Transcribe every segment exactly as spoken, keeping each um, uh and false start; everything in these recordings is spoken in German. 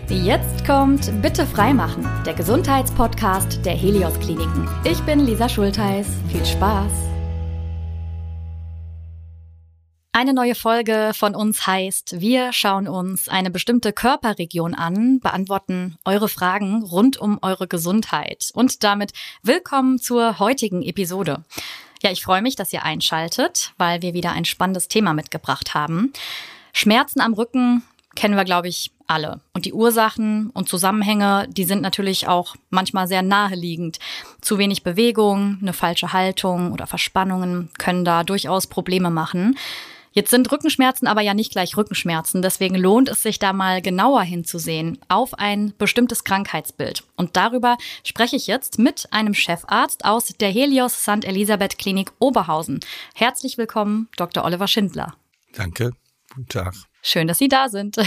Jetzt kommt Bitte freimachen, der Gesundheitspodcast der Helios Kliniken. Ich bin Lisa Schultheis. Viel Spaß! Eine neue Folge von uns heißt, wir schauen uns eine bestimmte Körperregion an, beantworten eure Fragen rund um eure Gesundheit. Und damit willkommen zur heutigen Episode. Ja, ich freue mich, dass ihr einschaltet, weil wir wieder ein spannendes Thema mitgebracht haben. Schmerzen am Rücken kennen wir, glaube ich, alle. Und die Ursachen und Zusammenhänge, die sind natürlich auch manchmal sehr naheliegend. Zu wenig Bewegung, eine falsche Haltung oder Verspannungen können da durchaus Probleme machen. Jetzt sind Rückenschmerzen aber ja nicht gleich Rückenschmerzen. Deswegen lohnt es sich da mal genauer hinzusehen auf ein bestimmtes Krankheitsbild. Und darüber spreche ich jetzt mit einem Chefarzt aus der Helios Sankt Elisabeth Klinik Oberhausen. Herzlich willkommen, Doktor Oliver Schindler. Danke, guten Tag. Schön, dass Sie da sind.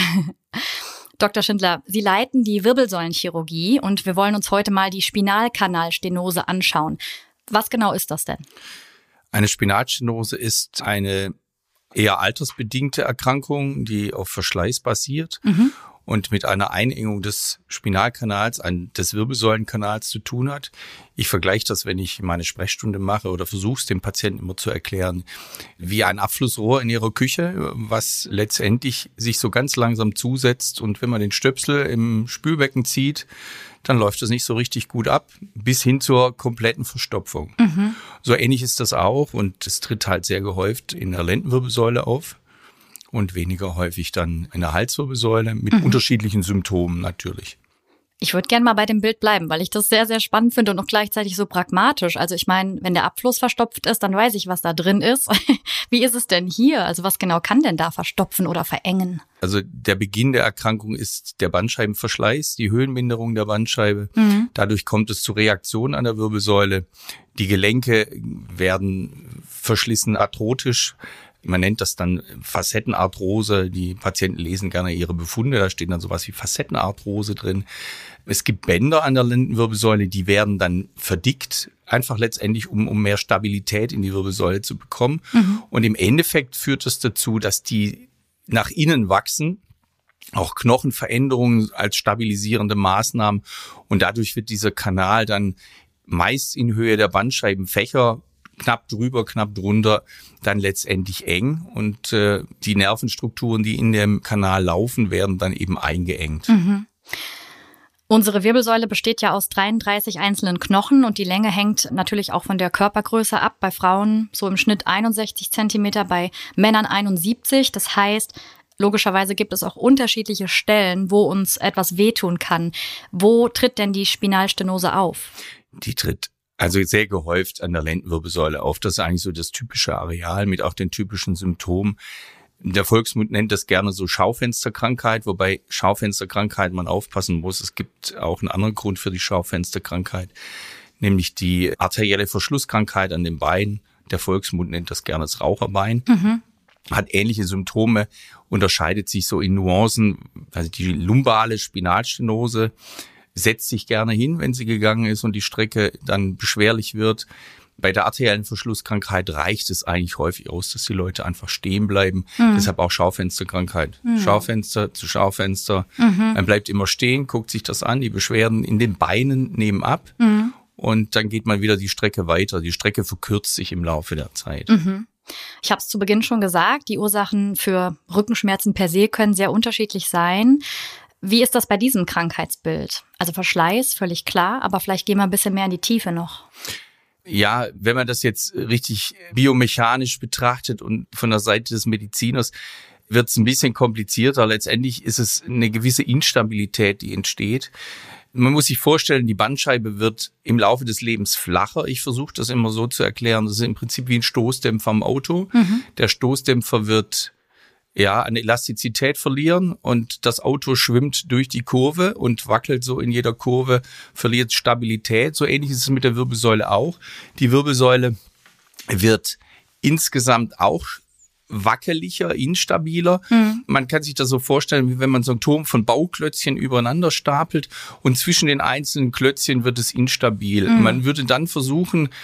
Doktor Schindler, Sie leiten die Wirbelsäulenchirurgie und wir wollen uns heute mal die Spinalkanalstenose anschauen. Was genau ist das denn? Eine Spinalstenose ist eine eher altersbedingte Erkrankung, die auf Verschleiß basiert mhm. und mit einer Einengung des Spinalkanals, des Wirbelsäulenkanals zu tun hat. Ich vergleiche das, wenn ich meine Sprechstunde mache oder versuche es dem Patienten immer zu erklären, wie ein Abflussrohr in ihrer Küche, was letztendlich sich so ganz langsam zusetzt und wenn man den Stöpsel im Spülbecken zieht, dann läuft das nicht so richtig gut ab, bis hin zur kompletten Verstopfung. Mhm. So ähnlich ist das auch und es tritt halt sehr gehäuft in der Lendenwirbelsäule auf und weniger häufig dann in der Halswirbelsäule mit mhm. unterschiedlichen Symptomen natürlich. Ich würde gerne mal bei dem Bild bleiben, weil ich das sehr, sehr spannend finde und auch gleichzeitig so pragmatisch. Also ich meine, wenn der Abfluss verstopft ist, dann weiß ich, was da drin ist. Wie ist es denn hier? Also was genau kann denn da verstopfen oder verengen? Also der Beginn der Erkrankung ist der Bandscheibenverschleiß, die Höhenminderung der Bandscheibe. Mhm. Dadurch kommt es zu Reaktionen an der Wirbelsäule. Die Gelenke werden verschlissen, arthrotisch. Man nennt das dann Facettenarthrose. Die Patienten lesen gerne ihre Befunde. Da steht dann sowas wie Facettenarthrose drin. Es gibt Bänder an der Lendenwirbelsäule, die werden dann verdickt, einfach letztendlich, um, um mehr Stabilität in die Wirbelsäule zu bekommen. Mhm. Und im Endeffekt führt es dazu, dass die nach innen wachsen, auch Knochenveränderungen als stabilisierende Maßnahmen. Und dadurch wird dieser Kanal dann meist in Höhe der Bandscheibenfächer knapp drüber, knapp drunter, dann letztendlich eng und äh, die Nervenstrukturen, die in dem Kanal laufen, werden dann eben eingeengt. Mhm. Unsere Wirbelsäule besteht ja aus dreiunddreißig einzelnen Knochen und die Länge hängt natürlich auch von der Körpergröße ab. Bei Frauen so im Schnitt einundsechzig Zentimeter, bei Männern einundsiebzig. Das heißt, logischerweise gibt es auch unterschiedliche Stellen, wo uns etwas wehtun kann. Wo tritt denn die Spinalstenose auf? Die tritt also sehr gehäuft an der Lendenwirbelsäule auf. Das ist eigentlich so das typische Areal mit auch den typischen Symptomen. Der Volksmund nennt das gerne so Schaufensterkrankheit, wobei Schaufensterkrankheit man aufpassen muss. Es gibt auch einen anderen Grund für die Schaufensterkrankheit, nämlich die arterielle Verschlusskrankheit an den Beinen. Der Volksmund nennt das gerne das Raucherbein. Mhm. Hat ähnliche Symptome, unterscheidet sich so in Nuancen. Also die lumbale Spinalstenose setzt sich gerne hin, wenn sie gegangen ist und die Strecke dann beschwerlich wird. Bei der arteriellen Verschlusskrankheit reicht es eigentlich häufig aus, dass die Leute einfach stehen bleiben. Mhm. Deshalb auch Schaufensterkrankheit. Mhm. Schaufenster zu Schaufenster. Mhm. Man bleibt immer stehen, guckt sich das an. Die Beschwerden in den Beinen nehmen ab. Mhm. Und dann geht man wieder die Strecke weiter. Die Strecke verkürzt sich im Laufe der Zeit. Mhm. Ich habe es zu Beginn schon gesagt, die Ursachen für Rückenschmerzen per se können sehr unterschiedlich sein. Wie ist das bei diesem Krankheitsbild? Also Verschleiß, völlig klar, aber vielleicht gehen wir ein bisschen mehr in die Tiefe noch. Ja, wenn man das jetzt richtig biomechanisch betrachtet und von der Seite des Mediziners, wird es ein bisschen komplizierter. Letztendlich ist es eine gewisse Instabilität, die entsteht. Man muss sich vorstellen, die Bandscheibe wird im Laufe des Lebens flacher. Ich versuche das immer so zu erklären. Das ist im Prinzip wie ein Stoßdämpfer am Auto. Mhm. Der Stoßdämpfer wird ja an Elastizität verlieren und das Auto schwimmt durch die Kurve und wackelt so in jeder Kurve, verliert Stabilität. So ähnlich ist es mit der Wirbelsäule auch. Die Wirbelsäule wird insgesamt auch wackeliger, instabiler. Mhm. Man kann sich das so vorstellen, wie wenn man so einen Turm von Bauklötzchen übereinander stapelt und zwischen den einzelnen Klötzchen wird es instabil. Mhm. Man würde dann versuchen,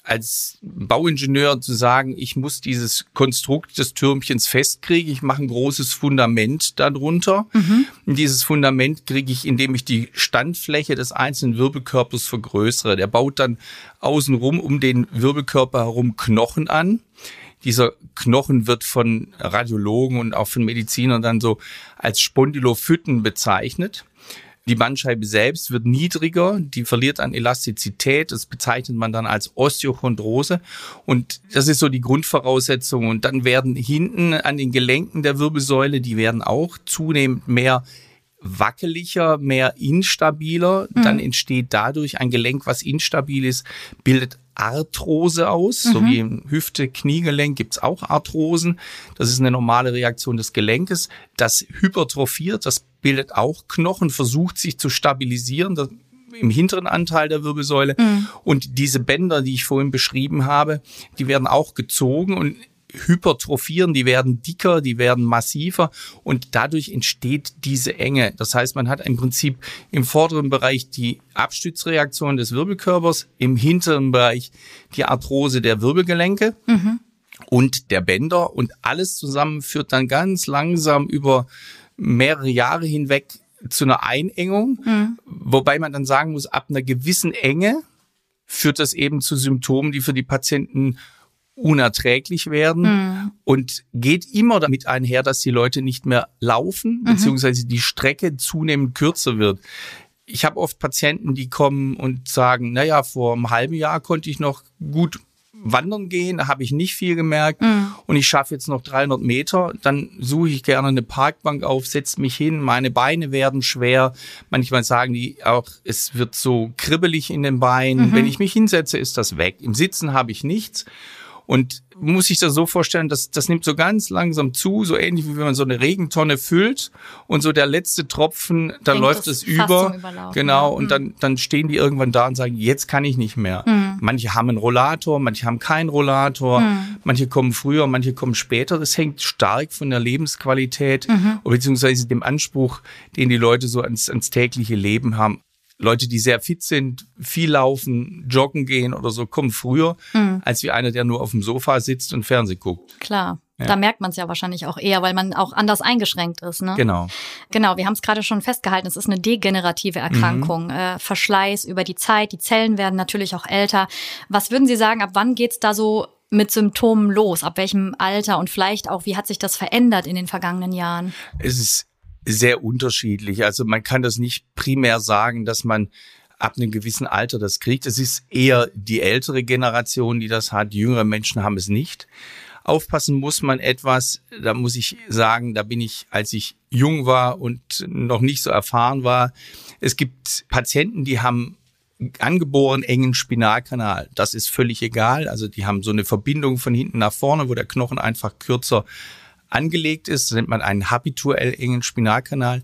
als Bauingenieur zu sagen, ich muss dieses Konstrukt des Türmchens festkriegen, ich mache ein großes Fundament darunter. Mhm. Und dieses Fundament kriege ich, indem ich die Standfläche des einzelnen Wirbelkörpers vergrößere. Der baut dann außenrum um den Wirbelkörper herum Knochen an. Dieser Knochen wird von Radiologen und auch von Medizinern dann so als Spondylophyten bezeichnet. Die Bandscheibe selbst wird niedriger, die verliert an Elastizität, das bezeichnet man dann als Osteochondrose und das ist so die Grundvoraussetzung. Und dann werden hinten an den Gelenken der Wirbelsäule, die werden auch zunehmend mehr wackeliger, mehr instabiler. Mhm. Dann entsteht dadurch ein Gelenk, was instabil ist, bildet Arthrose aus, mhm. so wie im Hüfte-, Kniegelenk gibt's auch Arthrosen. Das ist eine normale Reaktion des Gelenkes. Das hypertrophiert, das bildet auch Knochen, versucht sich zu stabilisieren, das, im hinteren Anteil der Wirbelsäule. Mhm. Und diese Bänder, die ich vorhin beschrieben habe, die werden auch gezogen und hypertrophieren, die werden dicker, die werden massiver und dadurch entsteht diese Enge. Das heißt, man hat im Prinzip im vorderen Bereich die Abstützreaktion des Wirbelkörpers, im hinteren Bereich die Arthrose der Wirbelgelenke mhm. und der Bänder und alles zusammen führt dann ganz langsam über mehrere Jahre hinweg zu einer Einengung, mhm. wobei man dann sagen muss, ab einer gewissen Enge führt das eben zu Symptomen, die für die Patienten unerträglich werden mhm. und geht immer damit einher, dass die Leute nicht mehr laufen, mhm. beziehungsweise die Strecke zunehmend kürzer wird. Ich habe oft Patienten, die kommen und sagen, naja, vor einem halben Jahr konnte ich noch gut wandern gehen, da habe ich nicht viel gemerkt mhm. und ich schaffe jetzt noch dreihundert Meter, dann suche ich gerne eine Parkbank auf, setze mich hin, meine Beine werden schwer, manchmal sagen die auch, es wird so kribbelig in den Beinen, mhm. wenn ich mich hinsetze, ist das weg. Im Sitzen habe ich nichts. Und muss sich das so vorstellen, dass das nimmt so ganz langsam zu, so ähnlich wie wenn man so eine Regentonne füllt und so der letzte Tropfen, dann Denkt läuft es über. Genau, ja. Und mhm. dann dann stehen die irgendwann da und sagen, jetzt kann ich nicht mehr. Mhm. Manche haben einen Rollator, manche haben keinen Rollator, mhm. manche kommen früher, manche kommen später. Das hängt stark von der Lebensqualität mhm. beziehungsweise dem Anspruch, den die Leute so ans, ans tägliche Leben haben. Leute, die sehr fit sind, viel laufen, joggen gehen oder so, kommen früher, mhm. als wie einer, der nur auf dem Sofa sitzt und Fernsehen guckt. Klar. Ja. Da merkt man es ja wahrscheinlich auch eher, weil man auch anders eingeschränkt ist. Ne? Genau. Genau, wir haben es gerade schon festgehalten, es ist eine degenerative Erkrankung. Mhm. Äh, Verschleiß über die Zeit, die Zellen werden natürlich auch älter. Was würden Sie sagen, ab wann geht's da so mit Symptomen los? Ab welchem Alter? Und vielleicht auch, wie hat sich das verändert in den vergangenen Jahren? Es ist sehr unterschiedlich. Also man kann das nicht primär sagen, dass man ab einem gewissen Alter das kriegt. Es ist eher die ältere Generation, die das hat. Jüngere Menschen haben es nicht. Aufpassen muss man etwas, da muss ich sagen, da bin ich, als ich jung war und noch nicht so erfahren war. Es gibt Patienten, die haben angeboren engen Spinalkanal. Das ist völlig egal. Also die haben so eine Verbindung von hinten nach vorne, wo der Knochen einfach kürzer angelegt ist, nennt man einen habituell engen Spinalkanal.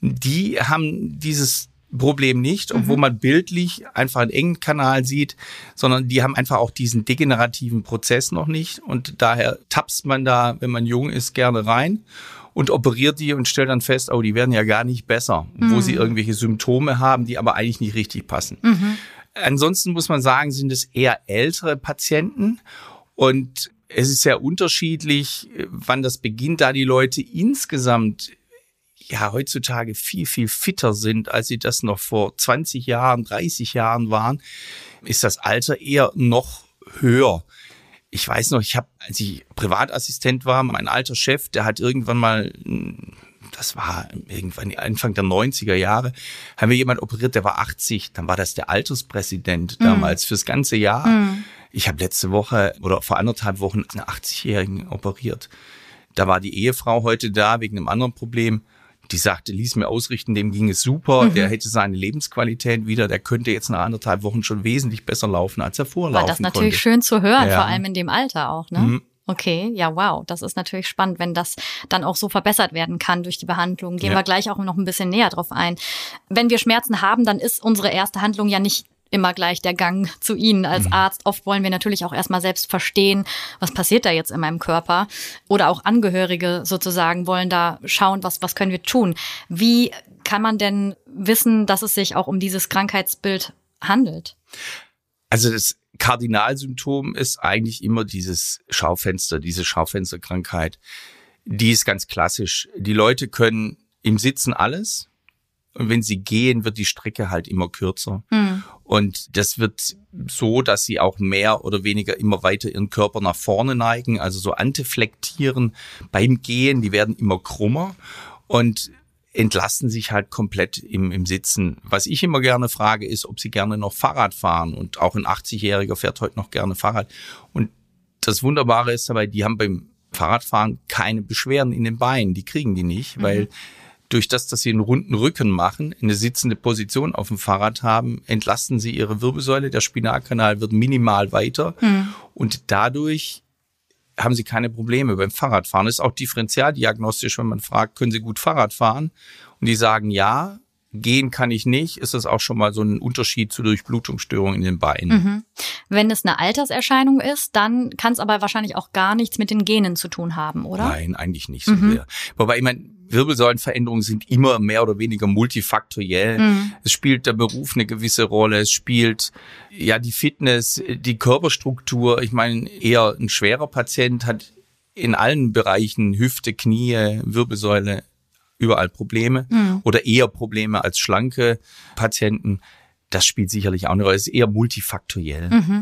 Die haben dieses Problem nicht, obwohl mhm. man bildlich einfach einen engen Kanal sieht, sondern die haben einfach auch diesen degenerativen Prozess noch nicht und daher tapst man da, wenn man jung ist, gerne rein und operiert die und stellt dann fest, oh, die werden ja gar nicht besser, mhm. wo sie irgendwelche Symptome haben, die aber eigentlich nicht richtig passen. Mhm. Ansonsten muss man sagen, sind es eher ältere Patienten und es ist sehr unterschiedlich, wann das beginnt, da die Leute insgesamt ja heutzutage viel, viel fitter sind, als sie das noch vor zwanzig Jahren, dreißig Jahren waren, ist das Alter eher noch höher. Ich weiß noch, ich habe, als ich Privatassistent war, mein alter Chef, der hat irgendwann mal, das war irgendwann Anfang der neunziger Jahre, haben wir jemanden operiert, der war achtzig, dann war das der Alterspräsident damals mhm. fürs ganze Jahr. Mhm. Ich habe letzte Woche oder vor anderthalb Wochen einen achtzigjährigen operiert. Da war die Ehefrau heute da wegen einem anderen Problem. Die sagte, ließ mir ausrichten, dem ging es super. Mhm. Der hätte seine Lebensqualität wieder. Der könnte jetzt nach anderthalb Wochen schon wesentlich besser laufen, als er vorlaufen konnte. War das natürlich konnte. schön zu hören, ja. vor allem in dem Alter auch, ne? Mhm. Okay, ja, wow. Das ist natürlich spannend, wenn das dann auch so verbessert werden kann durch die Behandlung. Gehen ja. wir gleich auch noch ein bisschen näher drauf ein. Wenn wir Schmerzen haben, dann ist unsere erste Handlung ja nicht immer gleich der Gang zu Ihnen als mhm. Arzt. Oft wollen wir natürlich auch erstmal selbst verstehen, was passiert da jetzt in meinem Körper. Oder auch Angehörige sozusagen wollen da schauen, was, was können wir tun. Wie kann man denn wissen, dass es sich auch um dieses Krankheitsbild handelt? Also das Kardinalsymptom ist eigentlich immer dieses Schaufenster, diese Schaufensterkrankheit. Die ist ganz klassisch. Die Leute können im Sitzen alles. Und wenn sie gehen, wird die Strecke halt immer kürzer. Mhm. Und das wird so, dass sie auch mehr oder weniger immer weiter ihren Körper nach vorne neigen, also so anteflektieren beim Gehen. Die werden immer krummer und entlasten sich halt komplett im, im Sitzen. Was ich immer gerne frage, ist, ob sie gerne noch Fahrrad fahren. Und auch ein achtzigjähriger fährt heute noch gerne Fahrrad. Und das Wunderbare ist dabei, die haben beim Fahrradfahren keine Beschwerden in den Beinen. Die kriegen die nicht, mhm. weil durch das, dass sie einen runden Rücken machen, eine sitzende Position auf dem Fahrrad haben, entlasten sie ihre Wirbelsäule. Der Spinalkanal wird minimal weiter. Mhm. Und dadurch haben sie keine Probleme beim Fahrradfahren. Das ist auch differentialdiagnostisch, wenn man fragt, können Sie gut Fahrrad fahren? Und die sagen ja, gehen kann ich nicht, ist das auch schon mal so ein Unterschied zu Durchblutungsstörungen in den Beinen. Mhm. Wenn es eine Alterserscheinung ist, dann kann es aber wahrscheinlich auch gar nichts mit den Genen zu tun haben, oder? Nein, eigentlich nicht so mhm. sehr. Wobei, ich meine, Wirbelsäulenveränderungen sind immer mehr oder weniger multifaktoriell. Mhm. Es spielt der Beruf eine gewisse Rolle, es spielt ja die Fitness, die Körperstruktur. Ich meine, eher ein schwerer Patient hat in allen Bereichen Hüfte, Knie, Wirbelsäule überall Probleme mhm. oder eher Probleme als schlanke Patienten. Das spielt sicherlich auch eine Rolle. Es ist eher multifaktoriell. Mhm.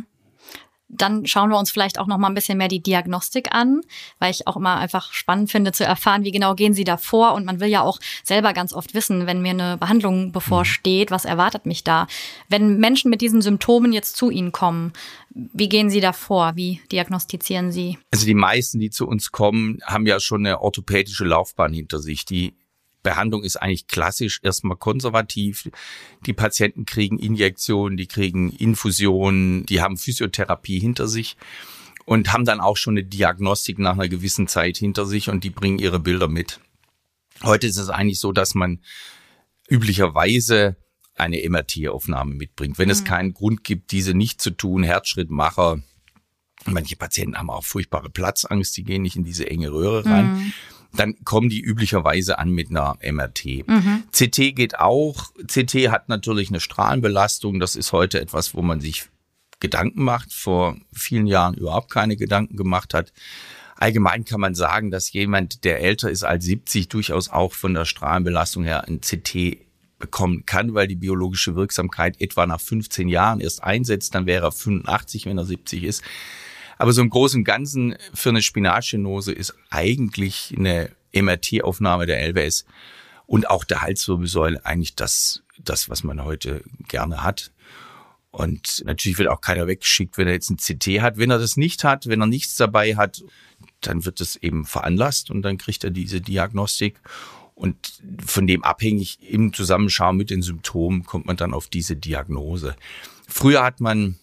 Dann schauen wir uns vielleicht auch noch mal ein bisschen mehr die Diagnostik an, weil ich auch immer einfach spannend finde zu erfahren, wie genau gehen Sie da vor. Und man will ja auch selber ganz oft wissen, wenn mir eine Behandlung bevorsteht, was erwartet mich da? Wenn Menschen mit diesen Symptomen jetzt zu Ihnen kommen, wie gehen Sie da vor? Wie diagnostizieren Sie? Also die meisten, die zu uns kommen, haben ja schon eine orthopädische Laufbahn hinter sich. Die Behandlung ist eigentlich klassisch erstmal konservativ. Die Patienten kriegen Injektionen, die kriegen Infusionen, die haben Physiotherapie hinter sich und haben dann auch schon eine Diagnostik nach einer gewissen Zeit hinter sich und die bringen ihre Bilder mit. Heute ist es eigentlich so, dass man üblicherweise eine M R T-Aufnahme mitbringt. Wenn mhm. es keinen Grund gibt, diese nicht zu tun, Herzschrittmacher. Manche Patienten haben auch furchtbare Platzangst, die gehen nicht in diese enge Röhre rein. Mhm. Dann kommen die üblicherweise an mit einer M R T. Mhm. C T geht auch. C T hat natürlich eine Strahlenbelastung. Das ist heute etwas, wo man sich Gedanken macht, vor vielen Jahren überhaupt keine Gedanken gemacht hat. Allgemein kann man sagen, dass jemand, der älter ist als siebzig, durchaus auch von der Strahlenbelastung her ein C T bekommen kann, weil die biologische Wirksamkeit etwa nach fünfzehn Jahren erst einsetzt. Dann wäre er fünfundachtzig, wenn er siebzig ist. Aber so im Großen und Ganzen für eine Spinalstenose ist eigentlich eine M R T-Aufnahme der L W S und auch der Halswirbelsäule eigentlich das, das, was man heute gerne hat. Und natürlich wird auch keiner weggeschickt, wenn er jetzt ein C T hat. Wenn er das nicht hat, wenn er nichts dabei hat, dann wird das eben veranlasst und dann kriegt er diese Diagnostik. Und von dem abhängig im Zusammenschau mit den Symptomen kommt man dann auf diese Diagnose. Früher hat man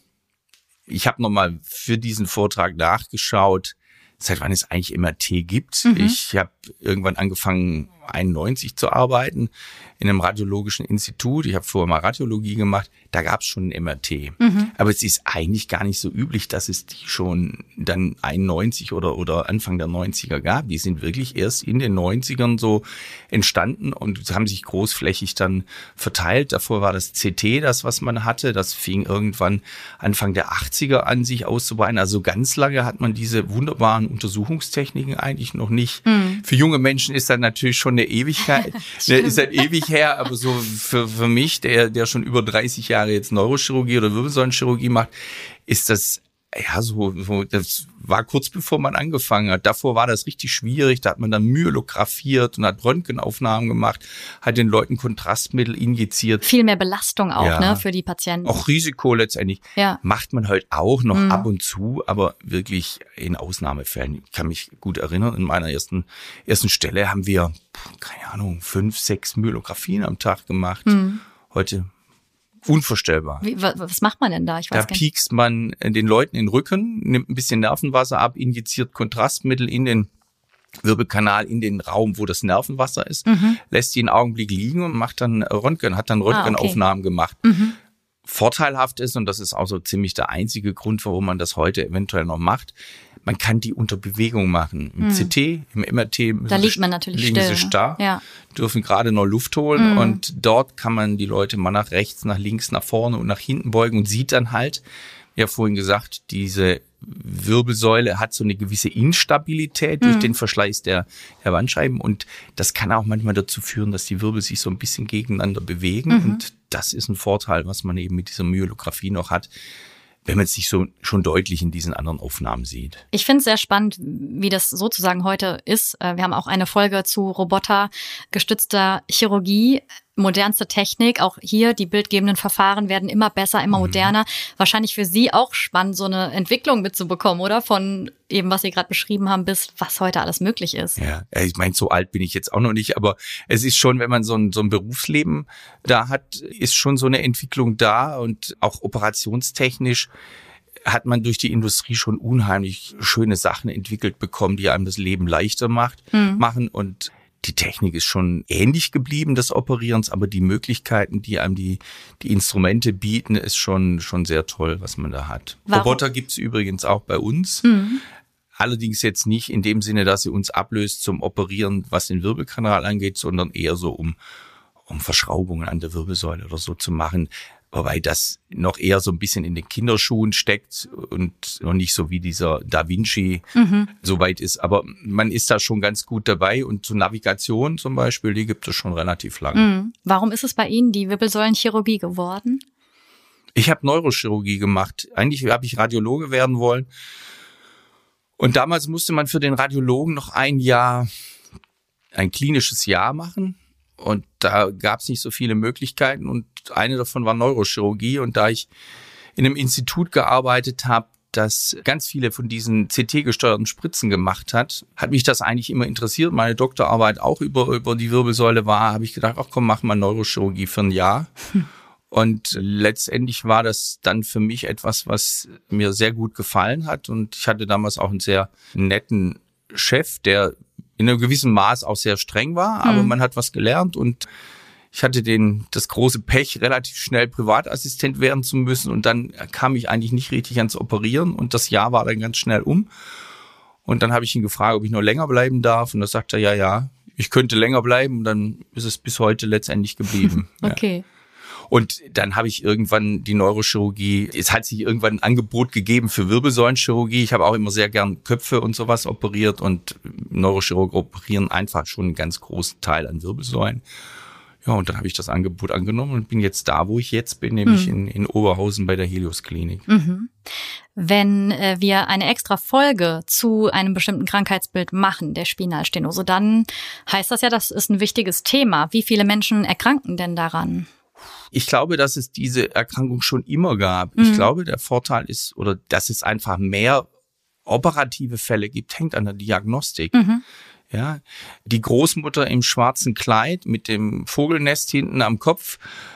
Ich habe nochmal für diesen Vortrag nachgeschaut, seit wann es eigentlich M R T gibt. Mhm. Ich habe irgendwann angefangen, einundneunzig zu arbeiten in einem radiologischen Institut. Ich habe vorher mal Radiologie gemacht. Da gab es schon ein M R T. Mhm. Aber es ist eigentlich gar nicht so üblich, dass es die schon dann einundneunzig oder, oder Anfang der neunziger gab. Die sind wirklich erst in den neunzigern so entstanden und haben sich großflächig dann verteilt. Davor war das C T das, was man hatte. Das fing irgendwann Anfang der achtziger an, sich auszubreiten. Also ganz lange hat man diese wunderbaren Untersuchungstechniken eigentlich noch nicht. Mhm. Für junge Menschen ist das natürlich schon eine Ewigkeit. Ne, ist halt ewig her, aber so für, für mich, der, der schon über dreißig Jahre jetzt Neurochirurgie oder Wirbelsäulenchirurgie macht, ist das, ja, so, so, das war kurz bevor man angefangen hat. Davor war das richtig schwierig. Da hat man dann myelographiert und hat Röntgenaufnahmen gemacht, hat den Leuten Kontrastmittel injiziert. Viel mehr Belastung auch, ja, ne, für die Patienten. Auch Risiko letztendlich. Ja. Macht man halt auch noch mhm. ab und zu, aber wirklich in Ausnahmefällen. Ich kann mich gut erinnern, in meiner ersten, ersten Stelle haben wir, keine Ahnung, fünf, sechs Myelografien am Tag gemacht. Mhm. Heute unvorstellbar. Wie, was macht man denn da? Ich weiß da piekst man den Leuten in den Rücken, nimmt ein bisschen Nervenwasser ab, injiziert Kontrastmittel in den Wirbelkanal, in den Raum, wo das Nervenwasser ist, mhm. lässt die einen Augenblick liegen und macht dann Röntgen, hat dann Röntgenaufnahmen ah, okay. gemacht. Mhm. Vorteilhaft ist, und das ist auch so ziemlich der einzige Grund, warum man das heute eventuell noch macht, man kann die unter Bewegung machen. Im mhm. C T, im M R T da liegt man natürlich liegen still, sie starr, ja. dürfen gerade noch Luft holen mhm. und dort kann man die Leute mal nach rechts, nach links, nach vorne und nach hinten beugen und sieht dann halt, ja vorhin gesagt, diese Wirbelsäule hat so eine gewisse Instabilität durch mhm. den Verschleiß der, der Bandscheiben und das kann auch manchmal dazu führen, dass die Wirbel sich so ein bisschen gegeneinander bewegen mhm. und das ist ein Vorteil, was man eben mit dieser Myelographie noch hat, wenn man es sich so schon deutlich in diesen anderen Aufnahmen sieht. Ich finde es sehr spannend, wie das sozusagen heute ist. Wir haben auch eine Folge zu robotergestützter Chirurgie, modernste Technik. Auch hier, die bildgebenden Verfahren werden immer besser, immer moderner. Mhm. Wahrscheinlich für Sie auch spannend, so eine Entwicklung mitzubekommen, oder? Von eben, was Sie gerade beschrieben haben, bis was heute alles möglich ist. Ja, ich meine, so alt bin ich jetzt auch noch nicht, aber es ist schon, wenn man so ein, so ein Berufsleben da hat, ist schon so eine Entwicklung da und auch operationstechnisch hat man durch die Industrie schon unheimlich schöne Sachen entwickelt bekommen, die einem das Leben leichter macht, mhm. machen und die Technik ist schon ähnlich geblieben des Operierens, aber die Möglichkeiten, die einem die die Instrumente bieten, ist schon schon sehr toll, was man da hat. Warum? Roboter gibt's übrigens auch bei uns. Mhm. Allerdings jetzt nicht in dem Sinne, dass sie uns ablöst zum Operieren, was den Wirbelkanal angeht, sondern eher so um um Verschraubungen an der Wirbelsäule oder so zu machen. Wobei das noch eher so ein bisschen in den Kinderschuhen steckt und noch nicht so wie dieser Da Vinci mhm. so weit ist. Aber man ist da schon ganz gut dabei und zur Navigation zum Beispiel, die gibt es schon relativ lange. Mhm. Warum ist es bei Ihnen die Wirbelsäulenchirurgie geworden? Ich habe Neurochirurgie gemacht. Eigentlich habe ich Radiologe werden wollen. Und damals musste man für den Radiologen noch ein Jahr, ein klinisches Jahr machen. Und da gab es nicht so viele Möglichkeiten und eine davon war Neurochirurgie. Und da ich in einem Institut gearbeitet habe, das ganz viele von diesen C T-gesteuerten Spritzen gemacht hat, hat mich das eigentlich immer interessiert. Meine Doktorarbeit auch über über die Wirbelsäule war, habe ich gedacht, ach komm, mach mal Neurochirurgie für ein Jahr. Hm. Und letztendlich war das dann für mich etwas, was mir sehr gut gefallen hat. Und ich hatte damals auch einen sehr netten Chef, der in einem gewissen Maß auch sehr streng war, aber mhm. man hat was gelernt und ich hatte den das große Pech, relativ schnell Privatassistent werden zu müssen und dann kam ich eigentlich nicht richtig ans Operieren und das Jahr war dann ganz schnell um und dann habe ich ihn gefragt, ob ich noch länger bleiben darf und da sagt er, ja, ja, ich könnte länger bleiben und dann ist es bis heute letztendlich geblieben. Okay. Ja. Und dann habe ich irgendwann die Neurochirurgie, es hat sich irgendwann ein Angebot gegeben für Wirbelsäulenchirurgie. Ich habe auch immer sehr gern Köpfe und sowas operiert und Neurochirurgen operieren einfach schon einen ganz großen Teil an Wirbelsäulen. Ja, und dann habe ich das Angebot angenommen und bin jetzt da, wo ich jetzt bin, nämlich mhm. in, in Oberhausen bei der Helios Klinik. Mhm. Wenn äh, wir eine extra Folge zu einem bestimmten Krankheitsbild machen, der Spinalstenose, dann heißt das ja, das ist ein wichtiges Thema. Wie viele Menschen erkranken denn daran? Ich glaube, dass es diese Erkrankung schon immer gab. Mhm. Ich glaube, der Vorteil ist, oder dass es einfach mehr operative Fälle gibt, hängt an der Diagnostik. Mhm. Ja, die Großmutter im schwarzen Kleid mit dem Vogelnest hinten am Kopf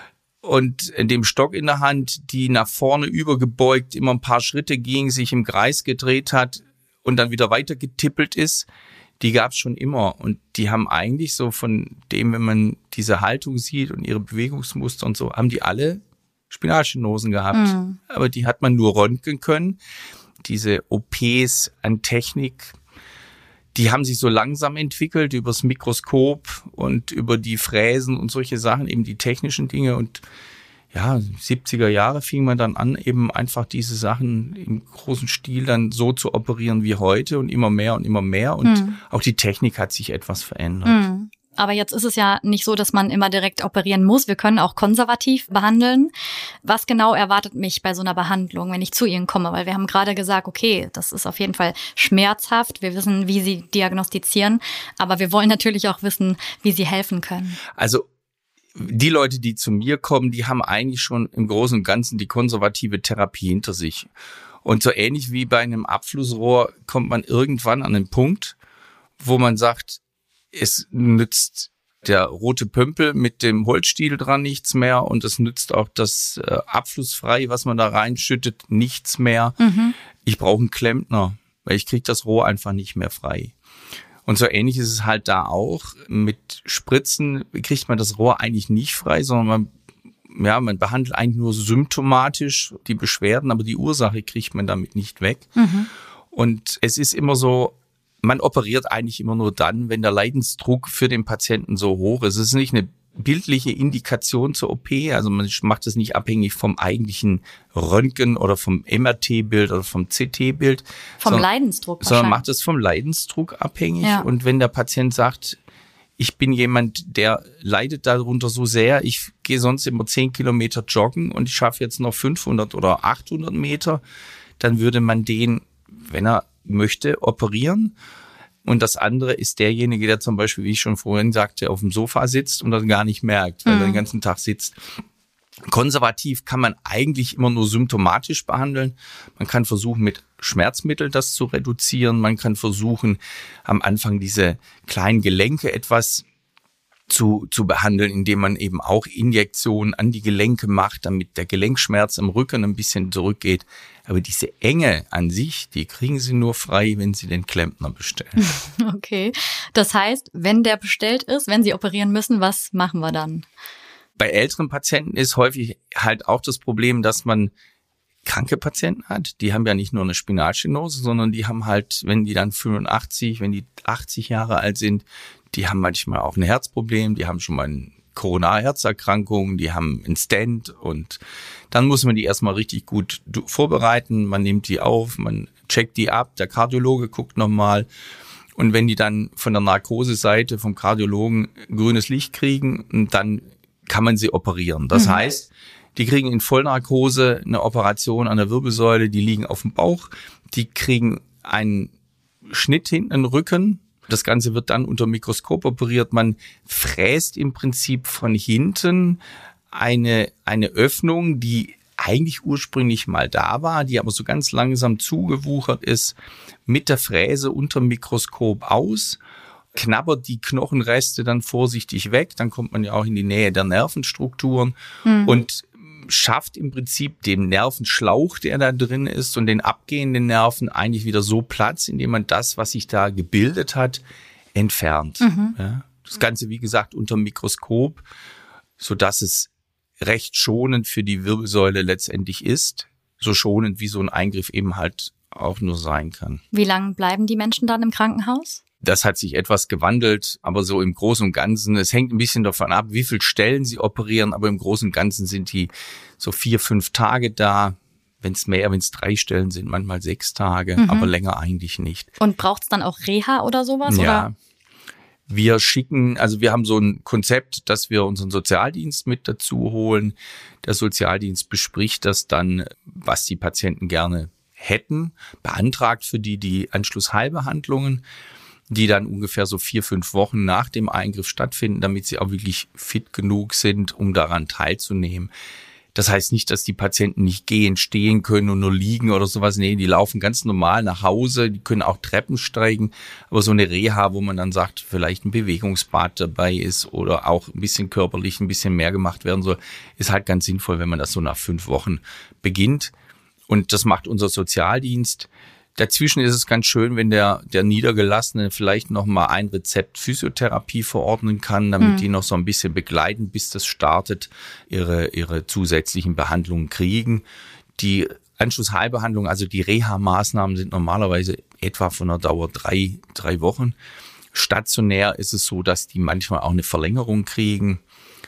und dem Stock in der Hand, die nach vorne übergebeugt immer ein paar Schritte ging, sich im Kreis gedreht hat und dann wieder weiter getippelt ist. Die gab es schon immer und die haben eigentlich so von dem, wenn man diese Haltung sieht und ihre Bewegungsmuster und so, haben die alle Spinalstenosen gehabt. Mhm. Aber die hat man nur röntgen können. Diese O Ps an Technik, die haben sich so langsam entwickelt übers Mikroskop und über die Fräsen und solche Sachen, eben die technischen Dinge und ja, siebziger Jahre fing man dann an, eben einfach diese Sachen im großen Stil dann so zu operieren wie heute und immer mehr und immer mehr. Und hm. auch die Technik hat sich etwas verändert. Hm. Aber jetzt ist es ja nicht so, dass man immer direkt operieren muss. Wir können auch konservativ behandeln. Was genau erwartet mich bei so einer Behandlung, wenn ich zu Ihnen komme? Weil wir haben gerade gesagt, okay, das ist auf jeden Fall schmerzhaft. Wir wissen, wie Sie diagnostizieren. Aber wir wollen natürlich auch wissen, wie Sie helfen können. Also die Leute, die zu mir kommen, die haben eigentlich schon im Großen und Ganzen die konservative Therapie hinter sich. Und so ähnlich wie bei einem Abflussrohr kommt man irgendwann an den Punkt, wo man sagt, es nützt der rote Pömpel mit dem Holzstiel dran nichts mehr und es nützt auch das äh, Abflussfrei, was man da reinschüttet, nichts mehr. Mhm. Ich brauche einen Klempner, weil ich kriege das Rohr einfach nicht mehr frei. Und so ähnlich ist es halt da auch. Mit Spritzen kriegt man das Rohr eigentlich nicht frei, sondern man, ja, man behandelt eigentlich nur symptomatisch die Beschwerden, aber die Ursache kriegt man damit nicht weg. Mhm. Und es ist immer so, man operiert eigentlich immer nur dann, wenn der Leidensdruck für den Patienten so hoch ist. Es ist nicht eine bildliche Indikation zur O P. Also man macht es nicht abhängig vom eigentlichen Röntgen oder vom M R T-Bild oder vom C T-Bild. Vom sondern, Leidensdruck wahrscheinlich. Sondern macht es vom Leidensdruck abhängig. Ja. Und wenn der Patient sagt, ich bin jemand, der leidet darunter so sehr, ich gehe sonst immer zehn Kilometer joggen und ich schaffe jetzt noch fünfhundert oder achthundert Meter, dann würde man den, wenn er möchte, operieren. Und das andere ist derjenige, der zum Beispiel, wie ich schon vorhin sagte, auf dem Sofa sitzt und das gar nicht merkt, weil mhm. er den ganzen Tag sitzt. Konservativ kann man eigentlich immer nur symptomatisch behandeln. Man kann versuchen, mit Schmerzmitteln das zu reduzieren. Man kann versuchen, am Anfang diese kleinen Gelenke etwas zu, zu behandeln, indem man eben auch Injektionen an die Gelenke macht, damit der Gelenkschmerz im Rücken ein bisschen zurückgeht. Aber diese Enge an sich, die kriegen Sie nur frei, wenn Sie den Klempner bestellen. Okay. Das heißt, wenn der bestellt ist, wenn Sie operieren müssen, was machen wir dann? Bei älteren Patienten ist häufig halt auch das Problem, dass man kranke Patienten hat. Die haben ja nicht nur eine Spinalstenose, sondern die haben halt, wenn die dann fünfundachtzig, wenn die achtzig Jahre alt sind, die haben manchmal auch ein Herzproblem, die haben schon mal eine Koronarherzerkrankung, die haben einen Stent und dann muss man die erstmal richtig gut vorbereiten. Man nimmt die auf, man checkt die ab, der Kardiologe guckt nochmal. Und wenn die dann von der Narkoseseite vom Kardiologen grünes Licht kriegen, dann kann man sie operieren. Das mhm. heißt, die kriegen in Vollnarkose eine Operation an der Wirbelsäule, die liegen auf dem Bauch, die kriegen einen Schnitt hinten in den Rücken. Das Ganze wird dann unter Mikroskop operiert. Man fräst im Prinzip von hinten eine, eine Öffnung, die eigentlich ursprünglich mal da war, die aber so ganz langsam zugewuchert ist, mit der Fräse unter dem Mikroskop aus, knabbert die Knochenreste dann vorsichtig weg, dann kommt man ja auch in die Nähe der Nervenstrukturen mhm. und schafft im Prinzip dem Nervenschlauch, der da drin ist und den abgehenden Nerven eigentlich wieder so Platz, indem man das, was sich da gebildet hat, entfernt. Mhm. Ja, das Ganze, wie gesagt, unter dem Mikroskop, sodass es recht schonend für die Wirbelsäule letztendlich ist, so schonend wie so ein Eingriff eben halt auch nur sein kann. Wie lange bleiben die Menschen dann im Krankenhaus? Das hat sich etwas gewandelt, aber so im Großen und Ganzen, es hängt ein bisschen davon ab, wie viele Stellen sie operieren, aber im Großen und Ganzen sind die so vier, fünf Tage da. Wenn es mehr, wenn es drei Stellen sind, manchmal sechs Tage, mhm. aber länger eigentlich nicht. Und braucht es dann auch Reha oder sowas? Ja, oder? Wir schicken, also wir haben so ein Konzept, dass wir unseren Sozialdienst mit dazu holen. Der Sozialdienst bespricht das dann, was die Patienten gerne hätten, beantragt für die die Anschlussheilbehandlungen, die dann ungefähr so vier, fünf Wochen nach dem Eingriff stattfinden, damit sie auch wirklich fit genug sind, um daran teilzunehmen. Das heißt nicht, dass die Patienten nicht gehen, stehen können und nur liegen oder sowas. Nee, die laufen ganz normal nach Hause, die können auch Treppen steigen. Aber so eine Reha, wo man dann sagt, vielleicht ein Bewegungsbad dabei ist oder auch ein bisschen körperlich ein bisschen mehr gemacht werden soll, ist halt ganz sinnvoll, wenn man das so nach fünf Wochen beginnt. Und das macht unser Sozialdienst. Dazwischen ist es ganz schön, wenn der, der Niedergelassene vielleicht noch mal ein Rezept Physiotherapie verordnen kann, damit mhm. die noch so ein bisschen begleiten, bis das startet, ihre, ihre zusätzlichen Behandlungen kriegen. Die Anschlussheilbehandlung, also die Reha-Maßnahmen sind normalerweise etwa von der Dauer drei, drei Wochen. Stationär ist es so, dass die manchmal auch eine Verlängerung kriegen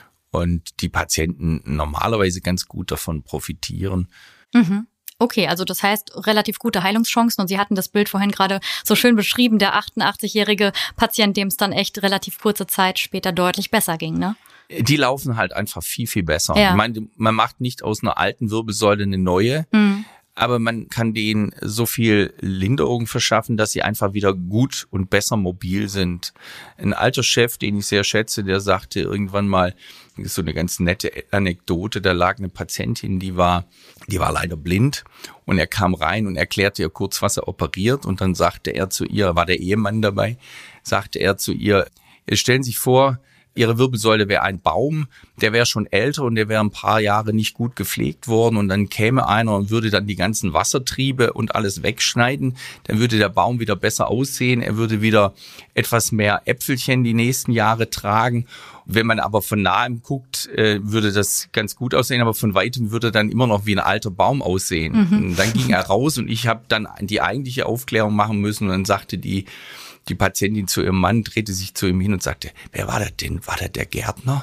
und die Patienten normalerweise ganz gut davon profitieren. Mhm. Okay, also das heißt relativ gute Heilungschancen und Sie hatten das Bild vorhin gerade so schön beschrieben, der achtundachtzigjährige Patient, dem es dann echt relativ kurze Zeit später deutlich besser ging, ne? Die laufen halt einfach viel, viel besser. Ja. Ich meine, man macht nicht aus einer alten Wirbelsäule eine neue, mhm. aber man kann denen so viel Linderung verschaffen, dass sie einfach wieder gut und besser mobil sind. Ein alter Chef, den ich sehr schätze, der sagte irgendwann mal, das ist so eine ganz nette Anekdote, da lag eine Patientin, die war, die war leider blind und er kam rein und erklärte ihr kurz, was er operiert und dann sagte er zu ihr, war der Ehemann dabei, sagte er zu ihr, stellen Sie sich vor, Ihre Wirbelsäule wäre ein Baum, der wäre schon älter und der wäre ein paar Jahre nicht gut gepflegt worden und dann käme einer und würde dann die ganzen Wassertriebe und alles wegschneiden, dann würde der Baum wieder besser aussehen, er würde wieder etwas mehr Äpfelchen die nächsten Jahre tragen. Wenn man aber von nahem guckt, äh, würde das ganz gut aussehen, aber von weitem würde dann immer noch wie ein alter Baum aussehen. Mhm. Und dann ging er raus und ich habe dann die eigentliche Aufklärung machen müssen und dann sagte die die Patientin zu ihrem Mann, drehte sich zu ihm hin und sagte, wer war das denn? War das der Gärtner?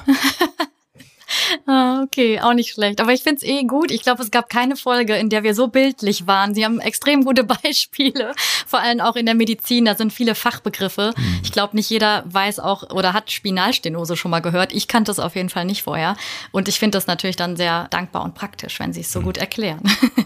Ah, okay, auch nicht schlecht. Aber ich find's eh gut. Ich glaube, es gab keine Folge, in der wir so bildlich waren. Sie haben extrem gute Beispiele, vor allem auch in der Medizin. Da sind viele Fachbegriffe. Mhm. Ich glaube, nicht jeder weiß auch oder hat Spinalstenose schon mal gehört. Ich kannte es auf jeden Fall nicht vorher. Und ich finde das natürlich dann sehr dankbar und praktisch, wenn Sie es so mhm. gut erklären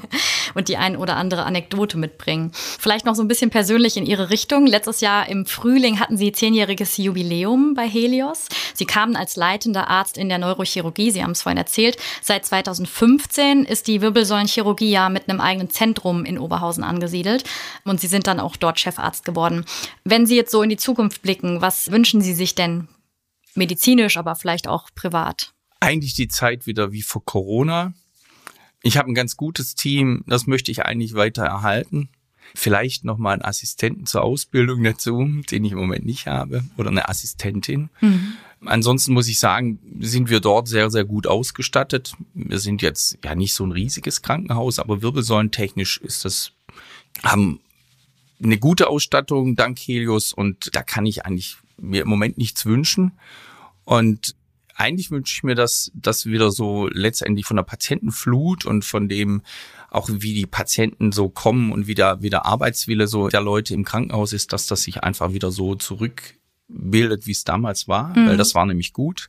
und die ein oder andere Anekdote mitbringen. Vielleicht noch so ein bisschen persönlich in Ihre Richtung. Letztes Jahr im Frühling hatten Sie zehnjähriges Jubiläum bei Helios. Sie kamen als leitender Arzt in der Neurochirurgie. Sie haben es vorhin erzählt. Seit zweitausendfünfzehn ist die Wirbelsäulenchirurgie ja mit einem eigenen Zentrum in Oberhausen angesiedelt. Und Sie sind dann auch dort Chefarzt geworden. Wenn Sie jetzt so in die Zukunft blicken, was wünschen Sie sich denn medizinisch, aber vielleicht auch privat? Eigentlich die Zeit wieder wie vor Corona. Ich habe ein ganz gutes Team, das möchte ich eigentlich weiter erhalten. Vielleicht nochmal einen Assistenten zur Ausbildung dazu, den ich im Moment nicht habe, oder eine Assistentin. Mhm. Ansonsten muss ich sagen, sind wir dort sehr, sehr gut ausgestattet. Wir sind jetzt ja nicht so ein riesiges Krankenhaus, aber wirbelsäulentechnisch ist das, haben eine gute Ausstattung dank Helios und da kann ich eigentlich mir im Moment nichts wünschen. Und eigentlich wünsche ich mir, dass das wieder so letztendlich von der Patientenflut und von dem auch wie die Patienten so kommen und wie der, wie der Arbeitswille so der Leute im Krankenhaus ist, dass das sich einfach wieder so zurückbildet, wie es damals war, mhm. weil das war nämlich gut.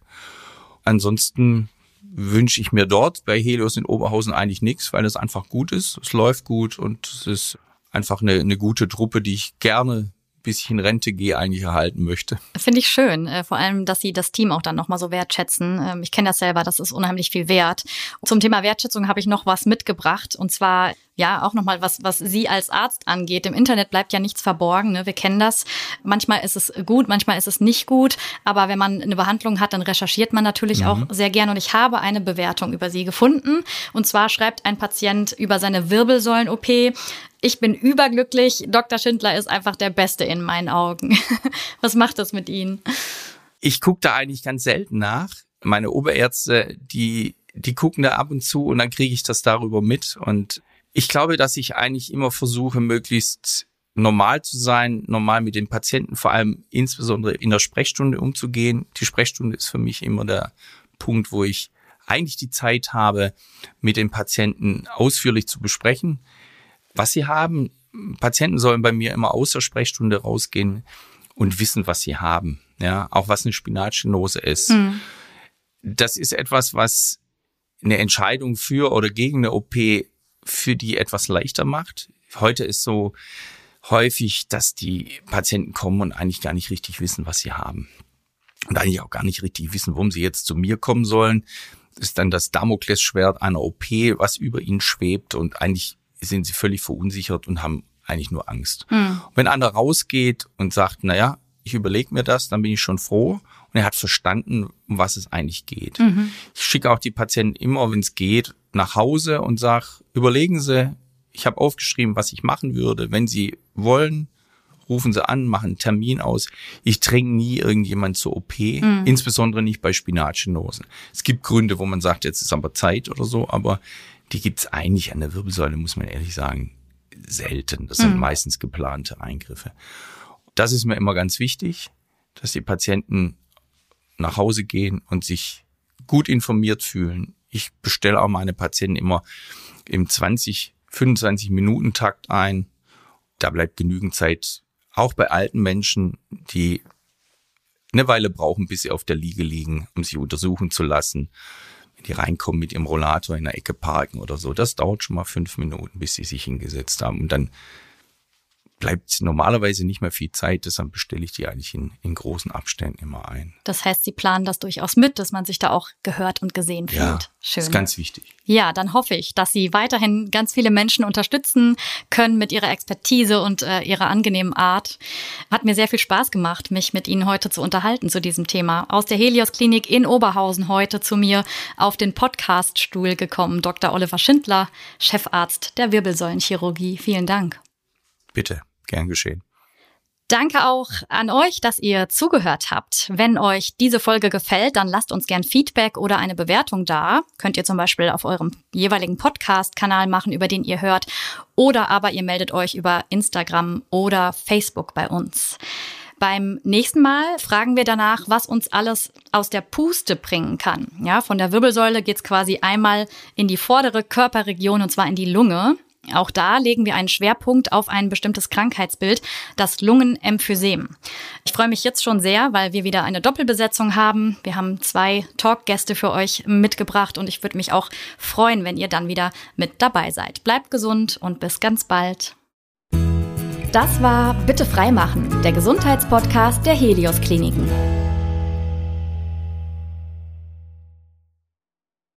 Ansonsten wünsche ich mir dort bei Helios in Oberhausen eigentlich nichts, weil es einfach gut ist. Es läuft gut und es ist einfach eine, eine gute Truppe, die ich gerne bis ich in Rente gehe, eigentlich erhalten möchte. Finde ich schön. Vor allem, dass Sie das Team auch dann nochmal so wertschätzen. Ich kenne das selber, das ist unheimlich viel wert. Zum Thema Wertschätzung habe ich noch was mitgebracht. Und zwar, ja, auch nochmal was, was Sie als Arzt angeht. Im Internet bleibt ja nichts verborgen, ne? Wir kennen das. Manchmal ist es gut, manchmal ist es nicht gut. Aber wenn man eine Behandlung hat, dann recherchiert man natürlich mhm. auch sehr gern. Und ich habe eine Bewertung über Sie gefunden. Und zwar schreibt ein Patient über seine Wirbelsäulen-O P: Ich bin überglücklich. Doktor Schindler ist einfach der Beste in meinen Augen. Was macht das mit Ihnen? Ich gucke da eigentlich ganz selten nach. Meine Oberärzte, die, die gucken da ab und zu und dann kriege ich das darüber mit. Und ich glaube, dass ich eigentlich immer versuche, möglichst normal zu sein, normal mit den Patienten, vor allem insbesondere in der Sprechstunde umzugehen. Die Sprechstunde ist für mich immer der Punkt, wo ich eigentlich die Zeit habe, mit den Patienten ausführlich zu besprechen, was sie haben. Patienten sollen bei mir immer aus der Sprechstunde rausgehen und wissen, was sie haben. Ja, auch was eine Spinalstenose ist. Mhm. Das ist etwas, was eine Entscheidung für oder gegen eine O P für die etwas leichter macht. Heute ist so häufig, dass die Patienten kommen und eigentlich gar nicht richtig wissen, was sie haben. Und eigentlich auch gar nicht richtig wissen, warum sie jetzt zu mir kommen sollen. Das ist dann das Damoklesschwert einer O P, was über ihnen schwebt und eigentlich sind sie völlig verunsichert und haben eigentlich nur Angst. Mhm. Wenn einer rausgeht und sagt, naja, ich überlege mir das, dann bin ich schon froh. Und er hat verstanden, um was es eigentlich geht. Mhm. Ich schicke auch die Patienten immer, wenn es geht, nach Hause und sage, überlegen Sie, ich habe aufgeschrieben, was ich machen würde. Wenn Sie wollen, rufen Sie an, machen einen Termin aus. Ich dränge nie irgendjemand zur O P, mhm. insbesondere nicht bei Spinalstenosen. Es gibt Gründe, wo man sagt, jetzt ist aber Zeit oder so, aber die gibt's eigentlich an der Wirbelsäule, muss man ehrlich sagen, selten. Das sind mhm. meistens geplante Eingriffe. Das ist mir immer ganz wichtig, dass die Patienten nach Hause gehen und sich gut informiert fühlen. Ich bestelle auch meine Patienten immer im zwanzig, fünfundzwanzig Minuten Takt ein. Da bleibt genügend Zeit, auch bei alten Menschen, die eine Weile brauchen, bis sie auf der Liege liegen, um sich untersuchen zu lassen. Wenn die reinkommen mit ihrem Rollator in der Ecke parken oder so, das dauert schon mal fünf Minuten, bis sie sich hingesetzt haben. Und dann bleibt normalerweise nicht mehr viel Zeit, deshalb bestelle ich die eigentlich in, in großen Abständen immer ein. Das heißt, Sie planen das durchaus mit, dass man sich da auch gehört und gesehen fühlt. Ja, schön. Das ist ganz wichtig. Ja, dann hoffe ich, dass Sie weiterhin ganz viele Menschen unterstützen können mit Ihrer Expertise und äh, Ihrer angenehmen Art. Hat mir sehr viel Spaß gemacht, mich mit Ihnen heute zu unterhalten zu diesem Thema. Aus der Helios Klinik in Oberhausen heute zu mir auf den Podcaststuhl gekommen, Doktor Oliver Schindler, Chefarzt der Wirbelsäulenchirurgie. Vielen Dank. Bitte. Gern geschehen. Danke auch an euch, dass ihr zugehört habt. Wenn euch diese Folge gefällt, dann lasst uns gern Feedback oder eine Bewertung da. Könnt ihr zum Beispiel auf eurem jeweiligen Podcast-Kanal machen, über den ihr hört. Oder aber ihr meldet euch über Instagram oder Facebook bei uns. Beim nächsten Mal fragen wir danach, was uns alles aus der Puste bringen kann. Ja, von der Wirbelsäule geht's quasi einmal in die vordere Körperregion, und zwar in die Lunge. Auch da legen wir einen Schwerpunkt auf ein bestimmtes Krankheitsbild, das Lungenemphysem. Ich freue mich jetzt schon sehr, weil wir wieder eine Doppelbesetzung haben. Wir haben zwei Talkgäste für euch mitgebracht und ich würde mich auch freuen, wenn ihr dann wieder mit dabei seid. Bleibt gesund und bis ganz bald. Das war Bitte freimachen, der Gesundheitspodcast der Helios Kliniken.